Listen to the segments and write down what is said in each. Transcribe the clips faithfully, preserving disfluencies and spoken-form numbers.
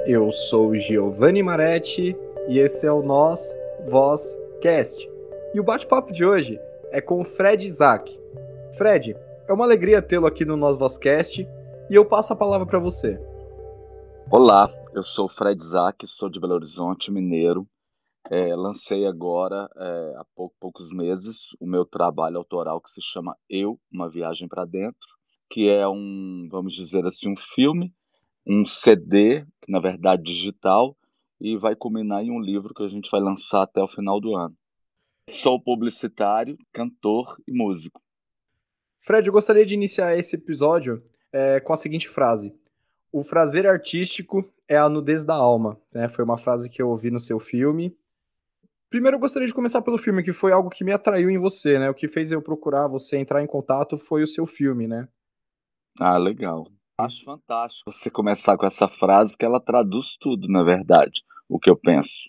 Eu sou Giovanni Maretti e esse é o Nós Voz Cast. E o bate-papo de hoje é com o Fred Isaac. Fred, é uma alegria tê-lo aqui no Nós Voz Cast e eu passo a palavra para você. Olá, eu sou o Fred Isaac, sou de Belo Horizonte, mineiro. É, lancei agora, é, há pou- poucos meses, o meu trabalho autoral que se chama Eu, Uma Viagem para Dentro, que é um, vamos dizer assim, um filme, um C D, que na verdade digital, e vai culminar em um livro que a gente vai lançar até o final do ano. Sou publicitário, cantor e músico. Fred, eu gostaria de iniciar esse episódio é, com a seguinte frase: o prazer artístico é a nudez da alma. Né? Foi uma frase que eu ouvi no seu filme. Primeiro, eu gostaria de começar pelo filme, que foi algo que me atraiu em você, né? O que fez eu procurar você, entrar em contato, foi o seu filme, né? Ah, legal. Acho fantástico você começar com essa frase, porque ela traduz tudo, na verdade, o que eu penso.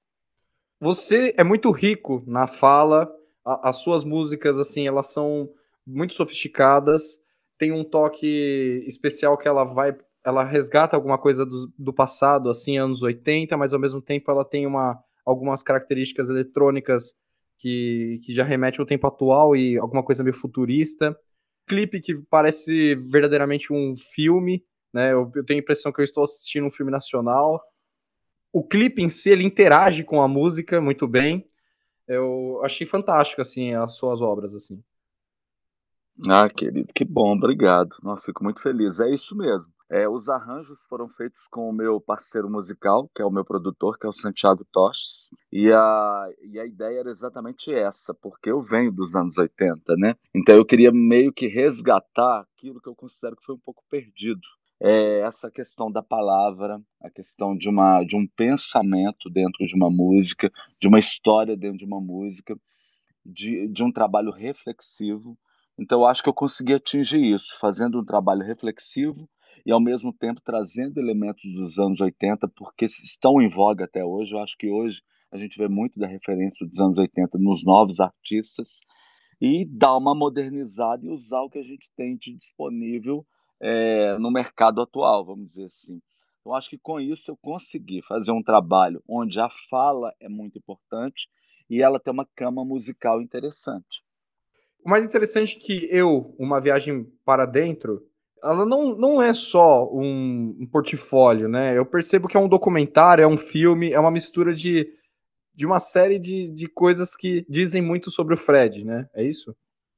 Você é muito rico na fala, a- as suas músicas, assim, elas são muito sofisticadas, tem um toque especial que ela vai, ela resgata alguma coisa do, do passado, assim, anos oitenta, mas ao mesmo tempo ela tem uma, algumas características eletrônicas que, que já remetem ao tempo atual e alguma coisa meio futurista. Clipe que parece verdadeiramente um filme, né? Eu, eu tenho a impressão que eu estou assistindo um filme nacional. O clipe em si, ele interage com a música muito bem. Eu achei fantástico, assim, as suas obras, assim. Ah, querido, que bom, obrigado. Nossa, fico muito feliz. É isso mesmo. É, os arranjos foram feitos com o meu parceiro musical, que é o meu produtor, que é o Santiago Tostes, e a, e a ideia era exatamente essa, porque eu venho dos anos oitenta, né? Então eu queria meio que resgatar aquilo que eu considero que foi um pouco perdido. É essa questão da palavra, a questão de, uma, de um pensamento dentro de uma música, de uma história dentro de uma música, de, de um trabalho reflexivo. Então, eu acho que eu consegui atingir isso, fazendo um trabalho reflexivo e, ao mesmo tempo, trazendo elementos dos anos oitenta, porque estão em voga até hoje. Eu acho que hoje a gente vê muito da referência dos anos oitenta nos novos artistas e dar uma modernizada e usar o que a gente tem de disponível é, no mercado atual, vamos dizer assim. Eu acho que com isso eu consegui fazer um trabalho onde a fala é muito importante e ela tem uma cama musical interessante. O mais interessante é que eu, Uma Viagem para Dentro, ela não, não é só um, um portfólio, né? Eu percebo que é um documentário, é um filme, é uma mistura de, de uma série de, de coisas que dizem muito sobre o Fred, né? É isso?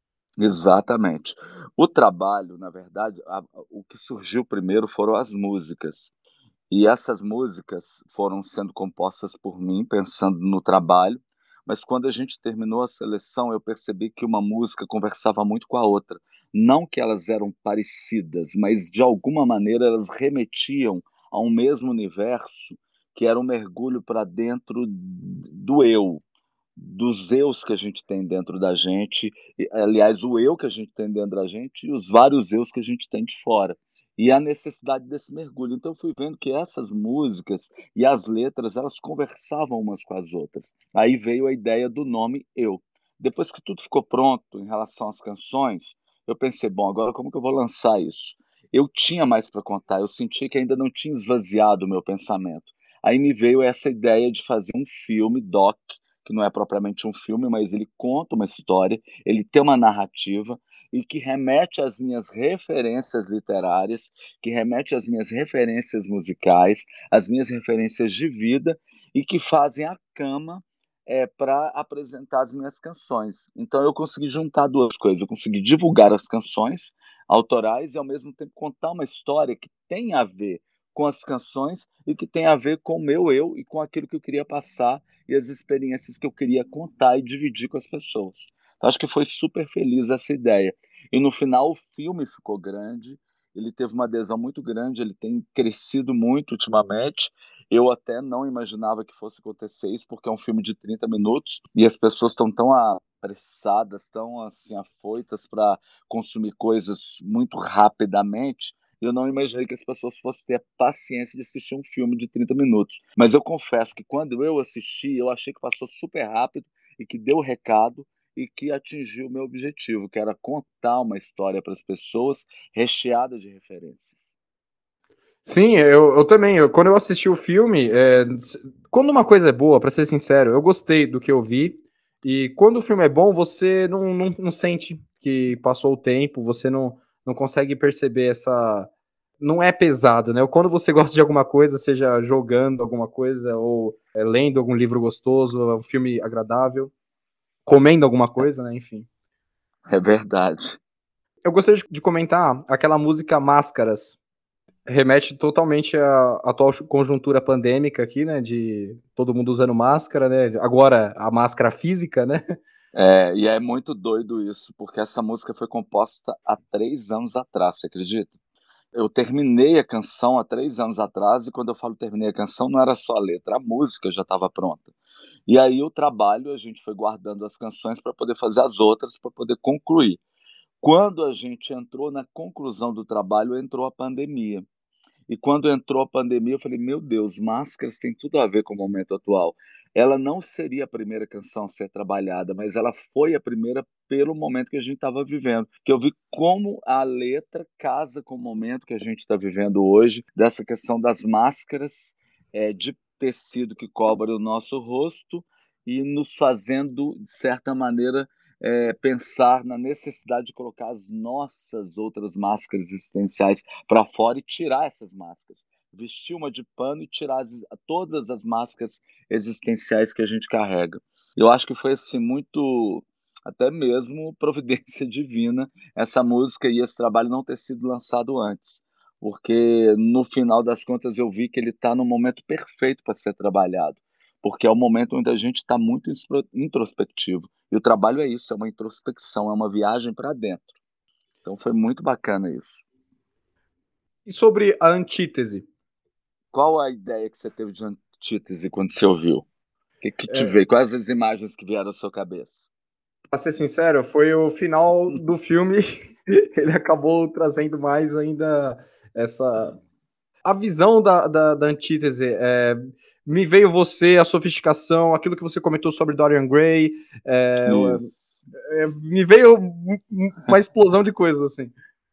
Exatamente. O trabalho, na verdade, a- o que surgiu primeiro foram as músicas. E essas músicas foram sendo compostas por mim, pensando no trabalho, mas quando a gente terminou a seleção, eu percebi que uma música conversava muito com a outra. Não que elas eram parecidas, mas de alguma maneira elas remetiam a um mesmo universo, que era um mergulho para dentro do eu, dos eus que a gente tem dentro da gente, e, aliás, o eu que a gente tem dentro da gente e os vários eus que a gente tem de fora. E a necessidade desse mergulho. Então eu fui vendo que essas músicas e as letras, elas conversavam umas com as outras. Aí veio a ideia do nome Eu. Depois que tudo ficou pronto em relação às canções, eu pensei, bom, agora como que eu vou lançar isso? Eu tinha mais para contar, eu senti que ainda não tinha esvaziado o meu pensamento. Aí me veio essa ideia de fazer um filme doc, que não é propriamente um filme, mas ele conta uma história, ele tem uma narrativa e que remete às minhas referências literárias, que remete às minhas referências musicais, às minhas referências de vida e que fazem a cama é, para apresentar as minhas canções. Então eu consegui juntar duas coisas, eu consegui divulgar as canções autorais e ao mesmo tempo contar uma história que tem a ver com as canções e que tem a ver com o meu eu e com aquilo que eu queria passar e as experiências que eu queria contar e dividir com as pessoas. Então, acho que foi super feliz essa ideia. E no final o filme ficou grande, ele teve uma adesão muito grande, ele tem crescido muito ultimamente. Eu até não imaginava que fosse acontecer isso, porque é um filme de trinta minutos e as pessoas estão tão apressadas, tão assim afoitas para consumir coisas muito rapidamente. Eu não imaginei que as pessoas fossem ter a paciência de assistir um filme de trinta minutos. Mas eu confesso que quando eu assisti, eu achei que passou super rápido e que deu o recado e que atingiu o meu objetivo, que era contar uma história para as pessoas recheada de referências. Sim, eu, eu também. Eu, quando eu assisti o filme, é, quando uma coisa é boa, pra ser sincero, eu gostei do que eu vi. E quando o filme é bom, você não, não, não sente que passou o tempo, você não, não consegue perceber essa. Não é pesado, né? Quando você gosta de alguma coisa, seja jogando alguma coisa, ou é, lendo algum livro gostoso, um filme agradável, comendo alguma coisa, né? Enfim. É verdade. Eu gostaria de, de comentar aquela música Máscaras. Remete totalmente à atual conjuntura pandêmica aqui, né? De todo mundo usando máscara, né? Agora a máscara física, né? É, e é muito doido isso, porque essa música foi composta há três anos atrás, você acredita? Eu terminei a canção há três anos atrás, e quando eu falo terminei a canção, não era só a letra, a música já estava pronta. E aí o trabalho, a gente foi guardando as canções para poder fazer as outras, para poder concluir. Quando a gente entrou na conclusão do trabalho, entrou a pandemia. E quando entrou a pandemia, eu falei: "Meu Deus, Máscaras tem tudo a ver com o momento atual". Ela não seria a primeira canção a ser trabalhada, mas ela foi a primeira pelo momento que a gente estava vivendo, que eu vi como a letra casa com o momento que a gente está vivendo hoje, dessa questão das máscaras, eh, de tecido que cobre o nosso rosto e nos fazendo, de certa maneira, eh, pensar na necessidade de colocar as nossas outras máscaras existenciais para fora e tirar essas máscaras. Vestir uma de pano e tirar as, todas as máscaras existenciais que a gente carrega. Eu acho que foi assim muito, até mesmo providência divina, essa música e esse trabalho não ter sido lançado antes, porque no final das contas eu vi que ele está no momento perfeito para ser trabalhado, porque é o momento onde a gente está muito introspectivo. E o trabalho é isso, é uma introspecção, é uma viagem para dentro. Então foi muito bacana isso. E sobre a antítese? Qual a ideia que você teve de antítese quando você ouviu? O que que te É, veio? Quais as imagens que vieram à sua cabeça? pra ser sincero, foi o final do filme. Ele acabou trazendo mais ainda essa. A visão da, da, da antítese. É, me veio você, a sofisticação, aquilo que você comentou sobre Dorian Gray. É, Isso. é, me veio uma explosão de coisas assim.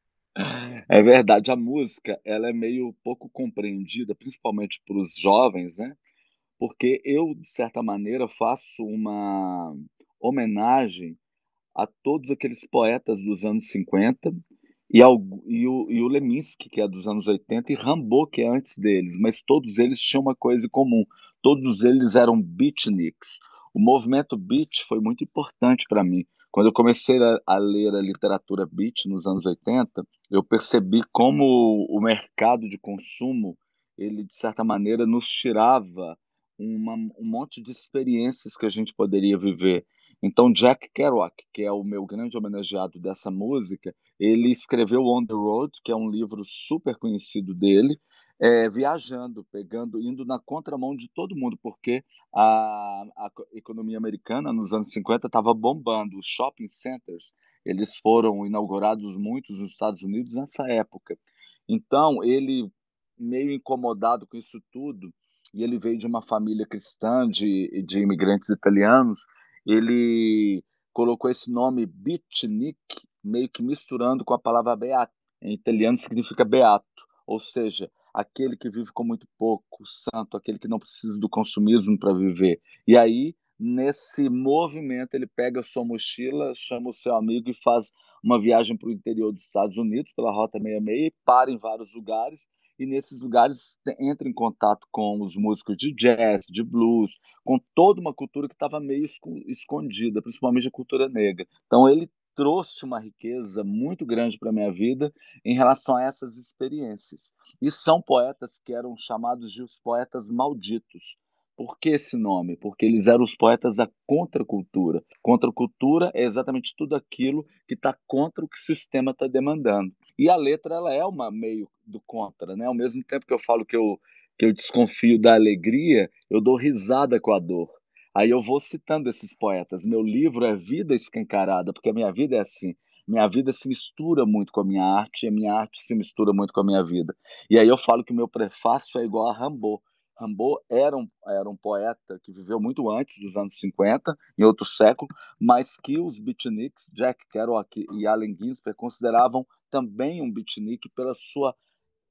É verdade, a música, ela é meio pouco compreendida, principalmente para os jovens, né, porque eu, de certa maneira, faço uma homenagem a todos aqueles poetas dos anos cinquenta e, ao, e, o, e o Leminski, que é dos anos oitenta, e Rimbaud, que é antes deles, mas todos eles tinham uma coisa em comum, todos eles eram beatniks. O movimento beat foi muito importante para mim. Quando eu comecei a, a ler a literatura beat nos anos oitenta, eu percebi como o mercado de consumo, ele de certa maneira nos tirava uma, um monte de experiências que a gente poderia viver. Então, Jack Kerouac, que é o meu grande homenageado dessa música, ele escreveu On the Road, que é um livro super conhecido dele, é, viajando, pegando, indo na contramão de todo mundo, porque a, a economia americana nos anos cinquenta estava bombando. Os shopping centers, eles foram inaugurados muitos nos Estados Unidos nessa época. Então, ele, meio incomodado com isso tudo, e ele veio de uma família cristã de, de imigrantes italianos, ele colocou esse nome beatnik, meio que misturando com a palavra beato. Em italiano significa beato, ou seja, aquele que vive com muito pouco, santo, aquele que não precisa do consumismo para viver. E aí, nesse movimento, ele pega a sua mochila, chama o seu amigo e faz uma viagem para o interior dos Estados Unidos, pela Rota sessenta e seis, para em vários lugares, e nesses lugares entra em contato com os músicos de jazz, de blues, com toda uma cultura que estava meio escondida, principalmente a cultura negra. Então ele trouxe uma riqueza muito grande para a minha vida em relação a essas experiências. E são poetas que eram chamados de os poetas malditos. Por que esse nome? Porque eles eram os poetas da contracultura. Contracultura é exatamente tudo aquilo que está contra o que o sistema está demandando. E a letra ela é uma meio do contra, né? Ao mesmo tempo que eu falo que eu que eu desconfio da alegria, eu dou risada com a dor. Aí eu vou citando esses poetas. Meu livro é Vida Escancarada, porque a minha vida é assim. Minha vida se mistura muito com a minha arte, e a minha arte se mistura muito com a minha vida. E aí eu falo que o meu prefácio é igual a Rimbaud. Rimbaud era um, era um poeta que viveu muito antes dos anos cinquenta, em outro século, mas que os beatniks, Jack Kerouac e Allen Ginsberg, consideravam também um beatnik pela sua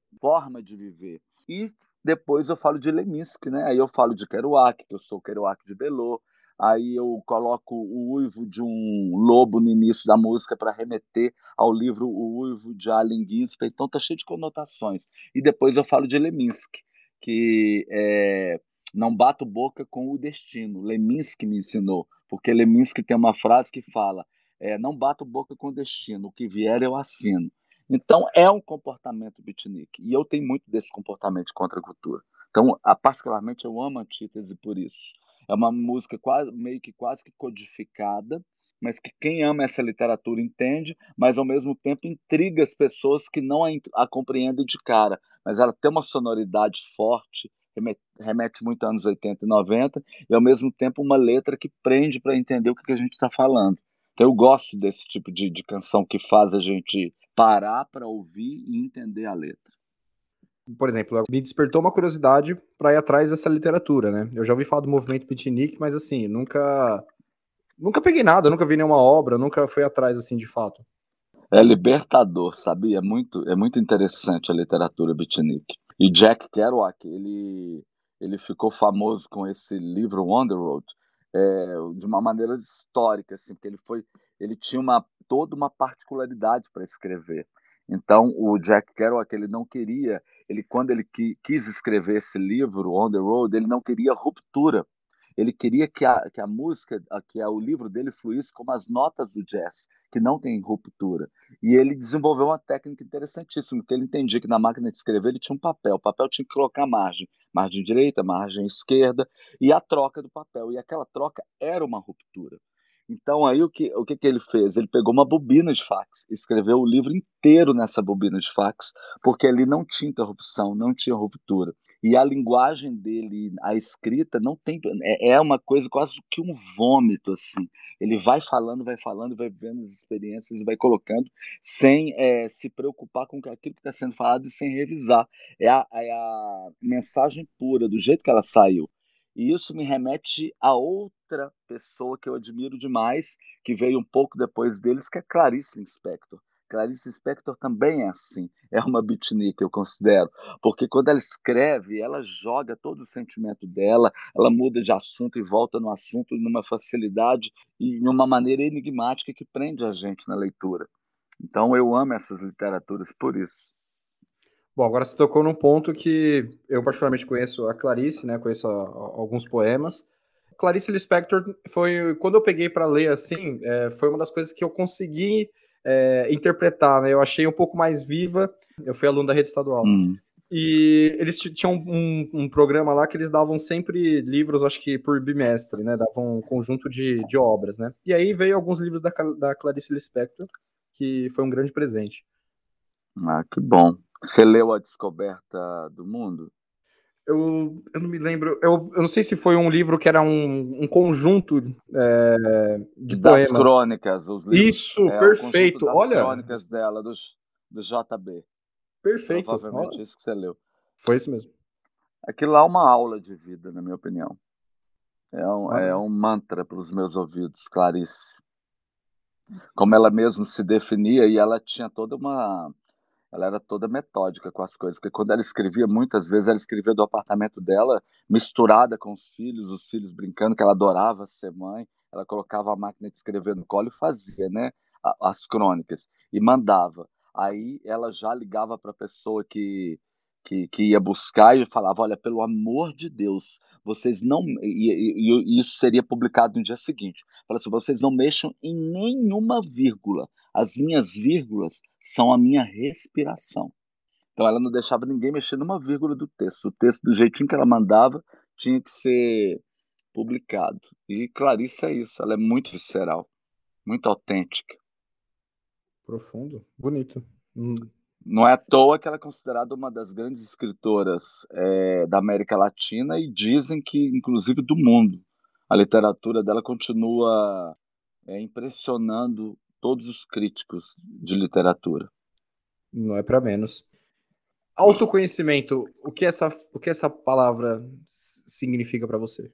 forma de viver. E depois eu falo de Leminski, né? Aí eu falo de Kerouac, que eu sou Kerouac de Belot. Aí eu coloco o uivo de um lobo no início da música para remeter ao livro O Uivo de Allen Ginsberg. Então tá cheio de conotações. E depois eu falo de Leminski, que é, não bato boca com o destino. Leminski me ensinou, porque Leminski tem uma frase que fala: é, não bato boca com o destino, o que vier eu assino. Então, é um comportamento beatnik. E eu tenho muito desse comportamento de contracultura. Então, a, particularmente, eu amo a Antítese por isso. É uma música quase, meio que quase que codificada, mas que quem ama essa literatura entende, mas ao mesmo tempo intriga as pessoas que não a, a compreendem de cara. Mas ela tem uma sonoridade forte, remete, remete muito a anos oitenta e noventa, e ao mesmo tempo uma letra que prende para entender o que, que a gente está falando. Então, eu gosto desse tipo de, de canção que faz a gente parar para ouvir e entender a letra. Por exemplo, me despertou uma curiosidade para ir atrás dessa literatura, né? Eu já ouvi falar do movimento beatnik, mas assim, nunca nunca peguei nada, nunca vi nenhuma obra, nunca fui atrás assim de fato. É libertador, sabia? É muito, é muito interessante a literatura beatnik. E Jack Kerouac, ele, ele ficou famoso com esse livro On the Road, é, de uma maneira histórica, assim, porque ele foi, ele tinha uma, toda uma particularidade para escrever. Então, o Jack Kerouac, ele não queria, ele quando ele qui, quis escrever esse livro On the Road, ele não queria ruptura. Ele queria que a, que a música, que a, o livro dele fluísse como as notas do jazz, que não tem ruptura. E ele desenvolveu uma técnica interessantíssima, porque ele entendia que na máquina de escrever ele tinha um papel. O papel tinha que colocar margem, margem direita, margem esquerda, e a troca do papel. E aquela troca era uma ruptura. Então aí o que, o que, que ele fez? Ele pegou uma bobina de fax, escreveu o livro inteiro nessa bobina de fax, porque ali não tinha interrupção, não tinha ruptura. E a linguagem dele, a escrita, não tem. É, é uma coisa quase que um vômito, assim. Ele vai falando, vai falando, vai vendo as experiências e vai colocando, sem é, se preocupar com aquilo que está sendo falado e sem revisar. É a, é a mensagem pura, do jeito que ela saiu. E isso me remete a outra pessoa que eu admiro demais, que veio um pouco depois deles, que é Clarice Lispector. Clarice Lispector também é assim, é uma beatnik, eu considero, porque quando ela escreve, ela joga todo o sentimento dela, ela muda de assunto e volta no assunto numa facilidade e numa maneira enigmática que prende a gente na leitura. Então eu amo essas literaturas por isso. Bom, agora você tocou num ponto que eu particularmente conheço a Clarice, né? Conheço a, a, alguns poemas. Clarice Lispector foi quando eu peguei para ler assim, é, foi uma das coisas que eu consegui é, interpretar, né? Eu achei um pouco mais viva. Eu fui aluno da rede estadual. Hum. E eles tinham um, um programa lá que eles davam sempre livros, acho que por bimestre, né? Davam um conjunto de, de obras, né? E aí veio alguns livros da, da Clarice Lispector, que foi um grande presente. Ah, que bom. Você leu A Descoberta do Mundo? Eu, eu não me lembro. Eu, eu não sei se foi um livro que era um, um conjunto é, de Das poemas. crônicas, os livros. Isso, É o conjunto perfeito. das Olha, crônicas dela, do, do J B. perfeito. Provavelmente Olha, isso que você leu. foi isso mesmo. Aquilo lá é uma aula de vida, na minha opinião. É um, é Maravilha. um mantra para os meus ouvidos, Clarice. Como ela mesma se definia, e ela tinha toda uma. Ela era toda metódica com as coisas, porque quando ela escrevia, muitas vezes ela escrevia do apartamento dela, misturada com os filhos, os filhos brincando, que ela adorava ser mãe. Ela colocava a máquina de escrever no colo e fazia, né, as crônicas, e mandava. Aí ela já ligava para a pessoa que, que, que ia buscar e falava: olha, pelo amor de Deus, vocês não. E, e, e isso seria publicado no dia seguinte. Fala assim: vocês não mexam em nenhuma vírgula. As minhas vírgulas são a minha respiração. Então ela não deixava ninguém mexer numa vírgula do texto. O texto, do jeitinho que ela mandava, tinha que ser publicado. E Clarice é isso, ela é muito visceral, muito autêntica. Profundo, bonito. Hum, Não é à toa que ela é considerada uma das grandes escritoras é, da América Latina e dizem que, inclusive, do mundo. A literatura dela continua é, impressionando todos os críticos de literatura. não é para menos. Autoconhecimento, o que essa, o que essa palavra significa para você?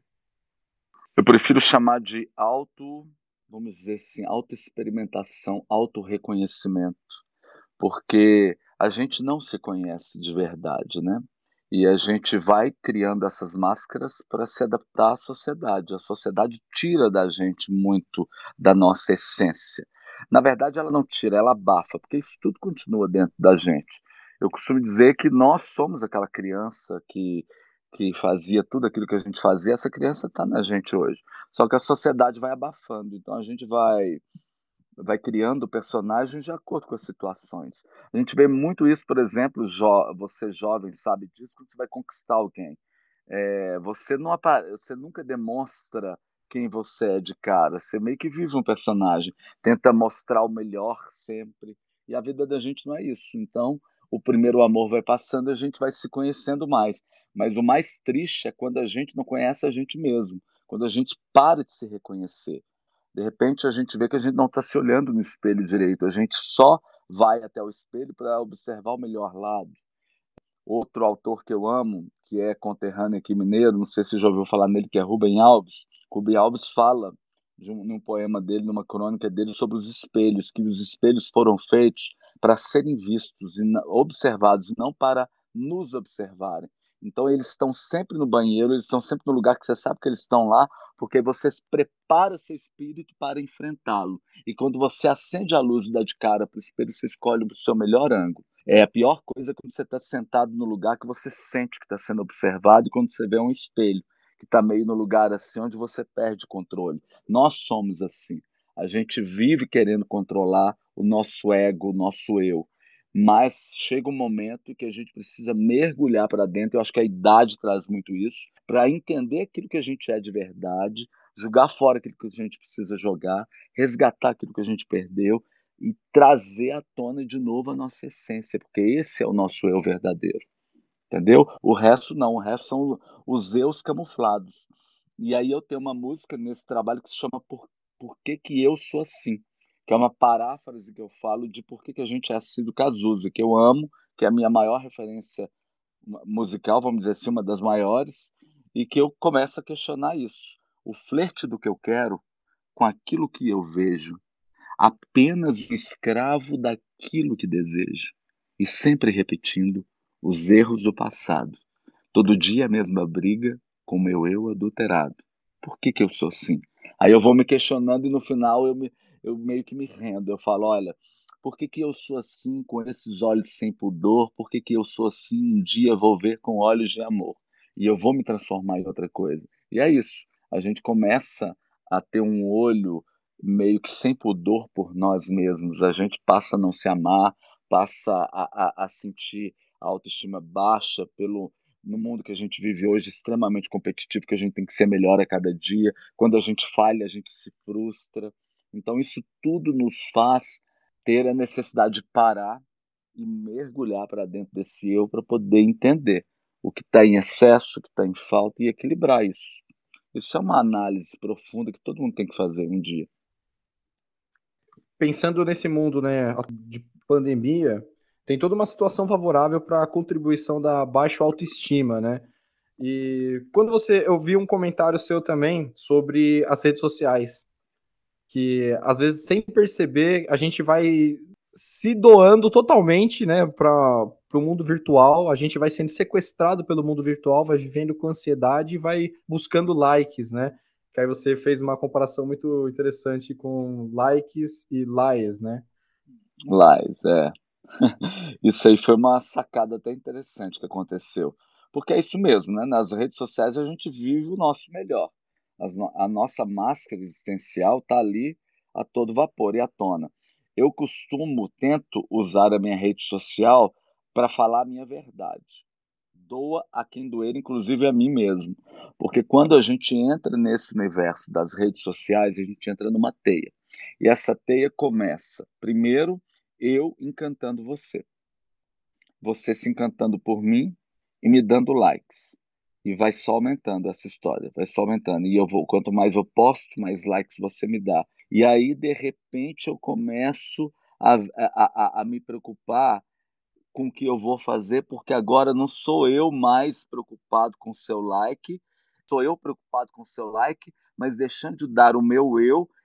Eu prefiro chamar de auto, vamos dizer assim, autoexperimentação, autorreconhecimento, porque a gente não se conhece de verdade, né? E a gente vai criando essas máscaras para se adaptar à sociedade. A sociedade tira da gente muito da nossa essência. Na verdade, ela não tira, ela abafa, porque isso tudo continua dentro da gente. Eu costumo dizer que nós somos aquela criança que, que fazia tudo aquilo que a gente fazia, essa criança está na gente hoje. Só que a sociedade vai abafando, então a gente vai vai criando personagens de acordo com as situações. A gente vê muito isso, por exemplo, jo você jovem sabe disso, quando você vai conquistar alguém. Eh, você não apa você nunca demonstra quem você é de cara, você meio que vive um personagem, tenta mostrar o melhor sempre, e a vida da gente não é isso. Então, o primeiro amor vai passando e a gente vai se conhecendo mais, mas o mais triste é quando a gente não conhece a gente mesmo, quando a gente para de se reconhecer. De repente a gente vê que a gente não está se olhando no espelho direito, a gente só vai até o espelho para observar o melhor lado. Outro autor que eu amo, que é conterrâneo aqui mineiro, não sei se você já ouviu falar nele, que é Rubem Alves. Rubem Alves fala de um, num poema dele, numa crônica dele, sobre os espelhos, que os espelhos foram feitos para serem vistos e observados, não para nos observarem. Então eles estão sempre no banheiro, eles estão sempre no lugar que você sabe que eles estão lá, porque você prepara seu espírito para enfrentá-lo. E quando você acende a luz e dá de cara para o espelho, você escolhe o seu melhor ângulo. É a pior coisa quando você está sentado no lugar que você sente que está sendo observado e quando você vê um espelho que está meio no lugar assim onde você perde o controle. Nós somos assim. A gente vive querendo controlar o nosso ego, o nosso eu. Mas chega um momento que a gente precisa mergulhar para dentro. Eu acho que a idade traz muito isso, para entender aquilo que a gente é de verdade, jogar fora aquilo que a gente precisa jogar, resgatar aquilo que a gente perdeu e trazer à tona de novo a nossa essência, porque esse é o nosso eu verdadeiro, entendeu? O resto não, o resto são os eus camuflados. E aí eu tenho uma música nesse trabalho que se chama Por, Por que que eu sou assim? Que é uma paráfrase que eu falo de por que que a gente é assim do Cazuza, que eu amo, que é a minha maior referência musical, vamos dizer assim, uma das maiores, e que eu começo a questionar isso. O flerte do que eu quero com aquilo que eu vejo, apenas um escravo daquilo que deseja, e sempre repetindo os erros do passado. Todo dia a mesma briga com meu eu adulterado. Por que que eu sou assim? Aí eu vou me questionando e no final eu, me, eu meio que me rendo. Eu falo, olha, por que que eu sou assim com esses olhos sem pudor? Por que que eu sou assim? Um dia vou ver com olhos de amor. E eu vou me transformar em outra coisa. E é isso. A gente começa a ter um olho meio que sem pudor por nós mesmos. A gente passa a não se amar, passa a, a, a sentir a autoestima baixa pelo no mundo que a gente vive hoje, extremamente competitivo, que a gente tem que ser melhor a cada dia. Quando a gente falha, a gente se frustra. Então, isso tudo nos faz ter a necessidade de parar e mergulhar para dentro desse eu para poder entender o que está em excesso, o que está em falta e equilibrar isso. Isso é uma análise profunda que todo mundo tem que fazer um dia. Pensando nesse mundo, né, de pandemia, tem toda uma situação favorável para a contribuição da baixa autoestima, né? E quando você, eu vi um comentário seu também sobre as redes sociais, que às vezes sem perceber a gente vai se doando totalmente, né, para o mundo virtual, a gente vai sendo sequestrado pelo mundo virtual, vai vivendo com ansiedade e vai buscando likes, né? Que aí você fez uma comparação muito interessante com likes e lies, né? Lies, é. Isso aí foi uma sacada até interessante que aconteceu. Porque é isso mesmo, né? Nas redes sociais a gente vive o nosso melhor. As no- a nossa máscara existencial está ali a todo vapor e à tona. Eu costumo, tento usar a minha rede social para falar a minha verdade. Doa a quem doer, inclusive a mim mesmo. Porque quando a gente entra nesse universo das redes sociais, a gente entra numa teia. E essa teia começa, primeiro, eu encantando você, você se encantando por mim e me dando likes. E vai só aumentando essa história, vai só aumentando. E eu vou, quanto mais eu posto, mais likes você me dá. E aí, de repente, eu começo a, a, a, a me preocupar com o que eu vou fazer, porque agora não sou eu mais preocupado com o seu like, sou eu preocupado com o seu like, mas deixando de dar o meu eu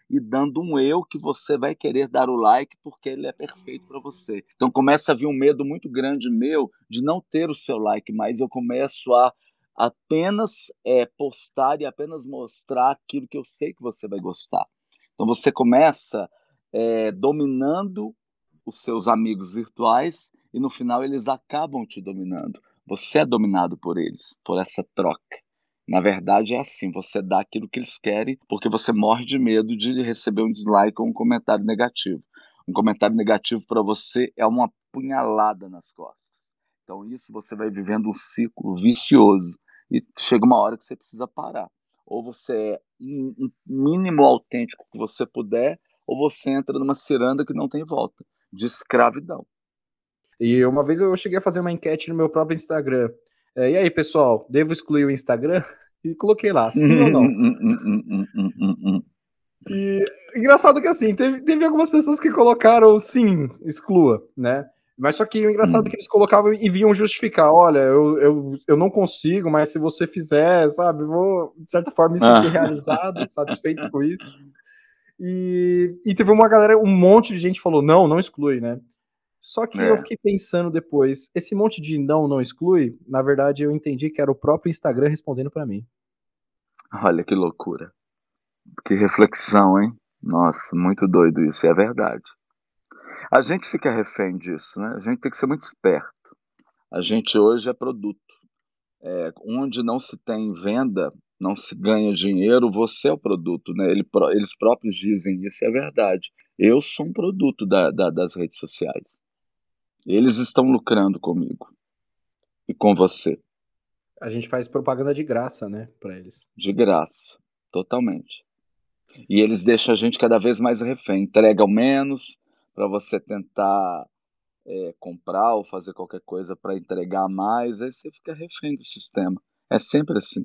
e dando um eu que você vai querer dar o like porque ele é perfeito para você. Então começa a vir um medo muito grande meu de não ter o seu like, mas eu começo a apenas é, postar e apenas mostrar aquilo que eu sei que você vai gostar. Então você começa é, dominando os seus amigos virtuais e no final eles acabam te dominando. Você é dominado por eles, por essa troca. Na verdade é assim, você dá aquilo que eles querem porque você morre de medo de receber um dislike ou um comentário negativo. Um comentário negativo para você é uma punhalada nas costas. Então isso você vai vivendo um ciclo vicioso e chega uma hora que você precisa parar. Ou você é o mínimo autêntico que você puder, ou você entra numa ciranda que não tem volta, de escravidão. E uma vez eu cheguei a fazer uma enquete no meu próprio Instagram. É, e aí, pessoal, devo excluir o Instagram? E coloquei lá, sim ou não? E engraçado que assim, teve, teve algumas pessoas que colocaram sim, exclua, né? Mas só que o engraçado é que eles colocavam e vinham justificar, olha, eu, eu, eu não consigo, mas se você fizer, sabe, vou, de certa forma, me sentir realizado, satisfeito com isso. E, e teve uma galera, um monte de gente falou, não, não exclui, né? Só que É. eu fiquei pensando depois, esse monte de não, não exclui, na verdade eu entendi que era o próprio Instagram respondendo para mim. Olha que loucura. Que reflexão, hein? Nossa, muito doido isso, é verdade. A gente fica refém disso, né? A gente tem que ser muito esperto. A gente hoje é produto. É, onde não se tem venda, não se ganha dinheiro, você é o produto, né? Ele, eles próprios dizem isso, é verdade. Eu sou um produto da, da, das redes sociais. Eles estão lucrando comigo e com você. A gente faz propaganda de graça, né, para eles. De graça, totalmente. E eles deixam a gente cada vez mais refém, entregam menos para você tentar é, comprar ou fazer qualquer coisa para entregar mais, aí você fica refém do sistema. É sempre assim.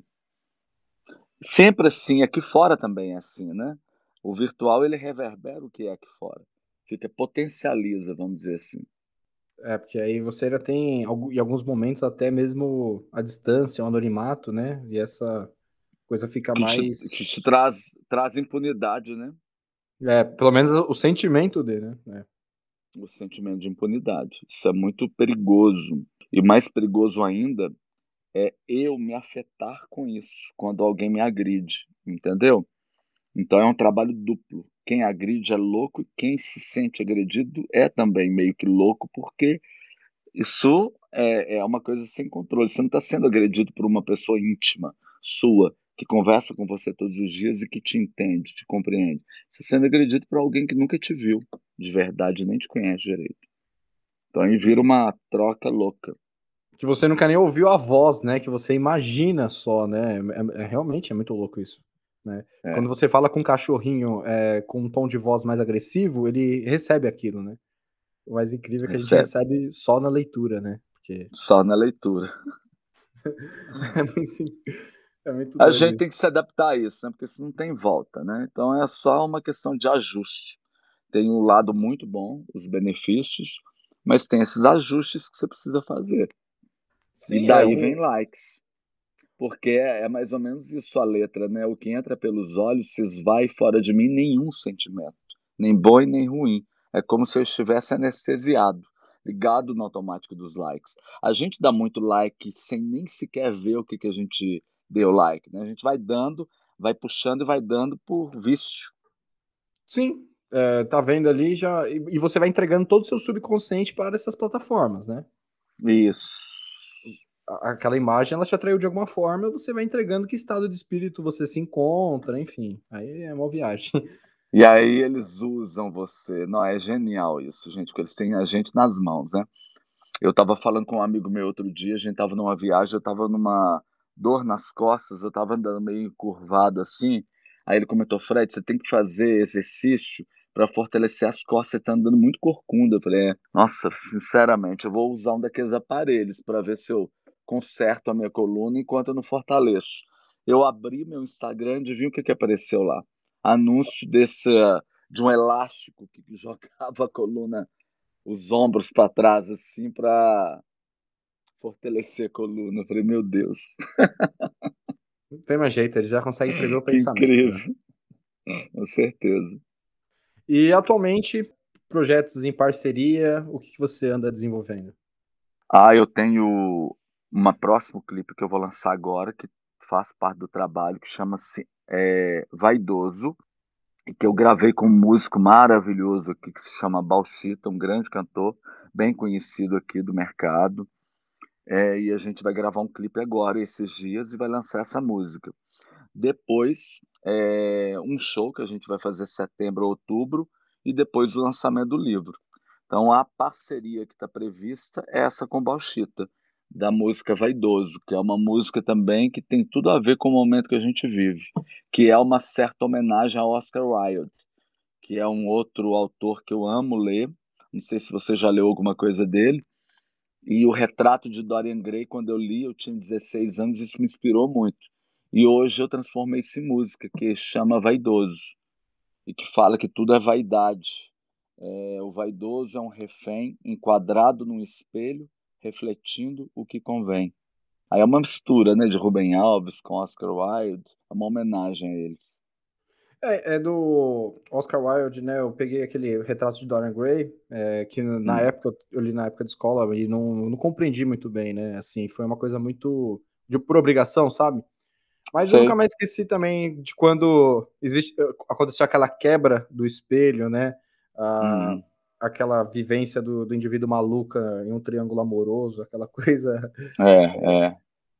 Sempre assim, aqui fora também é assim, né? O virtual ele reverbera o que é aqui fora. Fica potencializa, vamos dizer assim. É, porque aí você já tem, em alguns momentos, até mesmo a distância, o anonimato, né? E essa coisa fica Que te, mais. que te traz, traz impunidade, né? É, pelo menos o sentimento dele, né? O sentimento de impunidade. Isso é muito perigoso. E mais perigoso ainda é eu me afetar com isso, quando alguém me agride, entendeu? Então é um trabalho duplo. Quem agride é louco e quem se sente agredido é também meio que louco, porque isso é, é uma coisa sem controle. Você não está sendo agredido por uma pessoa íntima sua, que conversa com você todos os dias e que te entende, te compreende. Você está sendo agredido por alguém que nunca te viu de verdade, nem te conhece direito. Então aí vira uma troca louca. Que você nunca nem ouviu a voz, né? Que você imagina só, né? É, é- realmente é muito louco isso, né? É, Quando você fala com um cachorrinho é, com um tom de voz mais agressivo, ele recebe aquilo, né? O mais incrível é que a gente recebe. recebe só na leitura, né? Porque Só na leitura. é muito, é muito A doido gente isso. tem que se adaptar a isso, né? Porque isso não tem volta, né? Então é só uma questão de ajuste. Tem um lado muito bom, os benefícios, mas tem esses ajustes que você precisa fazer. E Sim, é daí um. vem likes, porque é, é mais ou menos isso a letra, né? O que entra pelos olhos se esvai fora de mim nenhum sentimento, nem bom e nem ruim. É como se eu estivesse anestesiado, ligado no automático dos likes. A gente dá muito like sem nem sequer ver o que, que a gente deu like, né? A gente vai dando, vai puxando e vai dando por vício. Sim, é, tá vendo ali já. E, e você vai entregando todo o seu subconsciente para essas plataformas, né? Isso. A- Aquela imagem ela te atraiu de alguma forma, você vai entregando que estado de espírito você se encontra, enfim. Aí é uma viagem. E aí eles usam você. Não, é genial isso, gente, porque eles têm a gente nas mãos, né? Eu estava falando com um amigo meu outro dia, a gente estava numa viagem, eu estava numa dor nas costas, eu estava andando meio curvado assim. Aí ele comentou, Fred, você tem que fazer exercício para fortalecer as costas, você está andando muito corcunda. Eu falei, é, nossa, sinceramente, eu vou usar um daqueles aparelhos para ver se eu conserto a minha coluna enquanto eu não fortaleço. Eu abri meu Instagram e vi o que, que apareceu lá. Anúncio desse, de um elástico que jogava a coluna os ombros para trás, assim, para fortalecer a coluna. Eu falei, meu Deus, Não tem mais jeito, eles já conseguem prever o que pensamento, né? incrível. Com certeza. E atualmente, projetos em parceria, o que que você anda desenvolvendo? Ah, eu tenho uma próximo clipe que eu vou lançar agora, que faz parte do trabalho, que chama-se, eh, Vaidoso, e que eu gravei com um músico maravilhoso aqui que se chama Bauchita, um grande cantor, bem conhecido aqui do mercado. Eh, e a gente vai gravar um clipe agora, esses dias, e vai lançar essa música. Depois, eh, um show que a gente vai fazer setembro ou outubro, e depois o lançamento do livro. Então a parceria que está prevista é essa com Bauchita, da música Vaidoso, que é uma música também que tem tudo a ver com o momento que a gente vive, que é uma certa homenagem a Oscar Wilde, que é um outro autor que eu amo ler. Não sei se você já leu alguma coisa dele. E o Retrato de Dorian Gray, quando eu li, eu tinha dezesseis anos, isso me inspirou muito. E hoje eu transformei isso em música, que chama Vaidoso, e que fala que tudo é vaidade. É, o vaidoso é um refém enquadrado num espelho, refletindo o que convém. Aí é uma mistura, né, de Rubem Alves com Oscar Wilde, é uma homenagem a eles. É, é do Oscar Wilde, né? Eu peguei aquele Retrato de Dorian Gray, é, que na Hum, época eu li na época de escola e não, não compreendi muito bem, né? Assim, foi uma coisa muito de por obrigação, sabe? Mas eu nunca sei. mais esqueci também de quando existe, aconteceu aquela quebra do espelho, né? Ah, Hum, aquela vivência do, do indivíduo maluca em um triângulo amoroso, aquela coisa. é, é.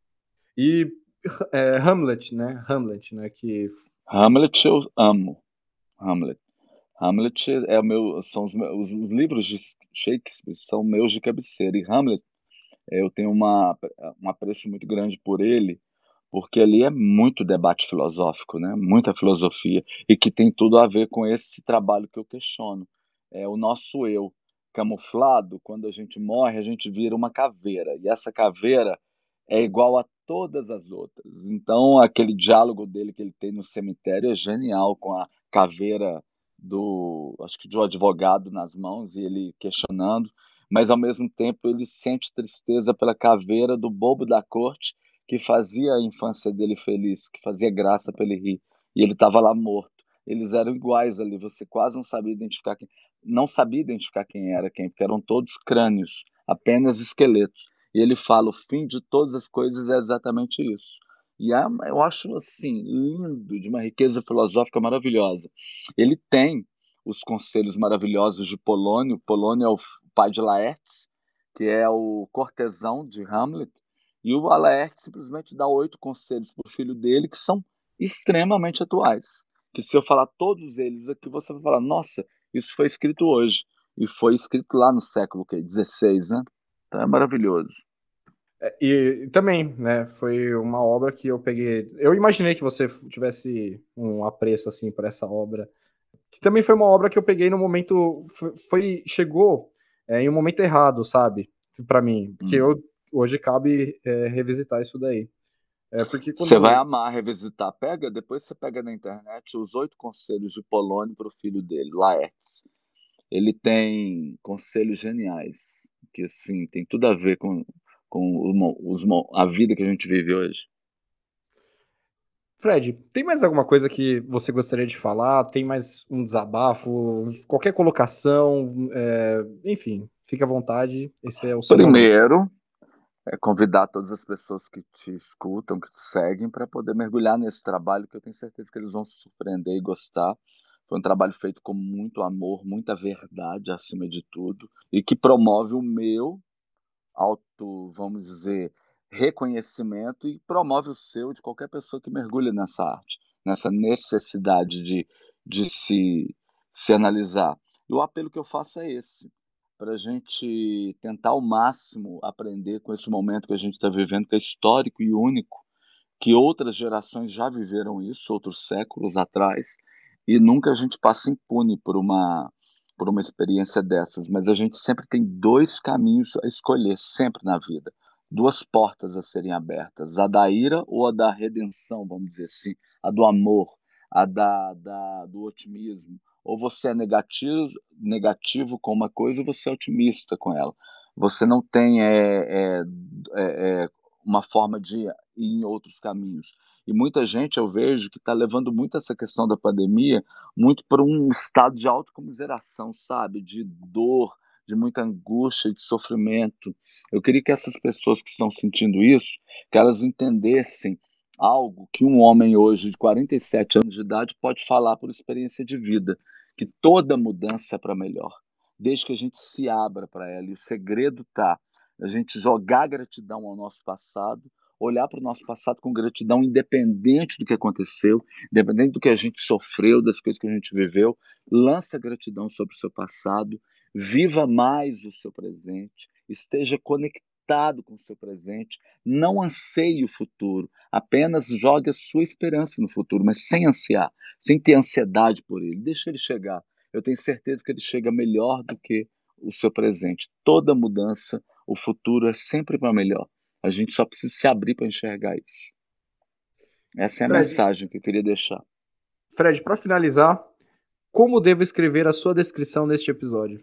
E é, Hamlet, né? Hamlet, né? Que Hamlet eu amo. Hamlet. Hamlet é o meu, são os, meus, os livros de Shakespeare são meus de cabeceira. E Hamlet, eh, eu tenho uma, um apreço muito grande por ele, porque ali é muito debate filosófico, né? Muita filosofia, e que tem tudo a ver com esse trabalho que eu questiono. É o nosso eu camuflado, quando a gente morre, a gente vira uma caveira, e essa caveira é igual a todas as outras. Então, aquele diálogo dele que ele tem no cemitério é genial, com a caveira do, acho que de um advogado nas mãos, e ele questionando, mas ao mesmo tempo ele sente tristeza pela caveira do bobo da corte que fazia a infância dele feliz, que fazia graça para ele rir, e ele estava lá morto. Eles eram iguais ali, você quase não sabia identificar quem, não sabia identificar quem era quem, porque eram todos crânios, apenas esqueletos. E ele fala: o fim de todas as coisas é exatamente isso. E é, eu acho assim lindo, de uma riqueza filosófica maravilhosa. Ele tem os conselhos maravilhosos de Polônio. Polônio é o pai de Laertes, que é o cortesão de Hamlet, e o Laertes simplesmente dá oito conselhos para o filho dele que são extremamente atuais. Que se eu falar todos eles aqui, você vai falar: nossa, isso foi escrito hoje. E foi escrito lá no século que dezesseis, né? Então é maravilhoso. é, e também, né, foi uma obra que eu peguei. Eu imaginei que você tivesse um apreço assim por essa obra, que também foi uma obra que eu peguei no momento foi chegou é, em um momento errado, sabe? Para mim, porque Hum. eu hoje cabe é, revisitar isso daí. É porque Você vai quando amar revisitar. Pega, depois você pega na internet os oito conselhos de Polônio para o filho dele, Laertes. Ele tem conselhos geniais, que assim, tem tudo a ver com, com os, a vida que a gente vive hoje. Fred, tem mais alguma coisa que você gostaria de falar? Tem mais um desabafo? Qualquer colocação? É, enfim, fique à vontade. Esse é o seu momento. Primeiro, é convidar todas as pessoas que te escutam, que te seguem, para poder mergulhar nesse trabalho, que eu tenho certeza que eles vão se surpreender e gostar. Foi um trabalho feito com muito amor, muita verdade acima de tudo, e que promove o meu auto, vamos dizer, reconhecimento, e promove o seu de qualquer pessoa que mergulha nessa arte, nessa necessidade de, de se, se analisar. E o apelo que eu faço é esse, para a gente tentar ao máximo aprender com esse momento que a gente está vivendo, que é histórico e único, que outras gerações já viveram isso, outros séculos atrás, e nunca a gente passa impune por uma por uma experiência dessas, mas a gente sempre tem dois caminhos a escolher, sempre na vida, duas portas a serem abertas, a da ira ou a da redenção, vamos dizer assim, a do amor, a da, da do otimismo. Ou você é negativo, negativo com uma coisa, ou você é otimista com ela. Você não tem é, é, é, é uma forma de ir em outros caminhos. E muita gente, eu vejo, que está levando muito essa questão da pandemia, muito para um estado de autocomiseração, sabe, de dor, de muita angústia, de sofrimento. Eu queria que essas pessoas que estão sentindo isso, que elas entendessem algo que um homem hoje de quarenta e sete anos de idade pode falar por experiência de vida, que toda mudança é para melhor, desde que a gente se abra para ela. E o segredo está a gente jogar gratidão ao nosso passado, olhar para o nosso passado com gratidão, independente do que aconteceu, independente do que a gente sofreu, das coisas que a gente viveu. Lança gratidão sobre o seu passado, viva mais o seu presente, esteja conectado com o seu presente, não anseie o futuro, apenas jogue a sua esperança no futuro, mas sem ansiar, sem ter ansiedade por ele, deixa ele chegar. Eu tenho certeza que ele chega melhor do que o seu presente. Toda mudança, o futuro é sempre para melhor. A gente só precisa se abrir para enxergar isso. Essa é a Fred, mensagem que eu queria deixar. Fred, para finalizar, como devo escrever a sua descrição neste episódio?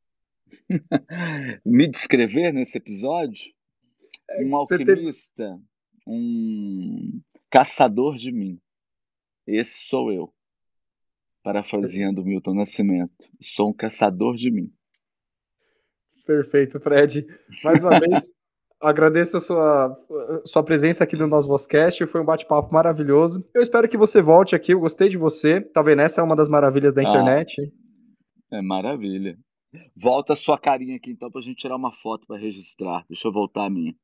Me descrever nesse episódio? É Um que você teve... alquimista, um caçador de mim. Esse sou eu. Parafraseando Milton Nascimento. Sou um caçador de mim. Perfeito, Fred. Mais uma vez, agradeço a sua, sua presença aqui no nosso Vozcast. Foi um bate-papo maravilhoso. Eu espero que você volte aqui. Eu gostei de você. Tá vendo? Essa é uma das maravilhas da internet. Ah, é maravilha. Volta a sua carinha aqui, então, pra gente tirar uma foto para registrar. Deixa eu voltar a minha.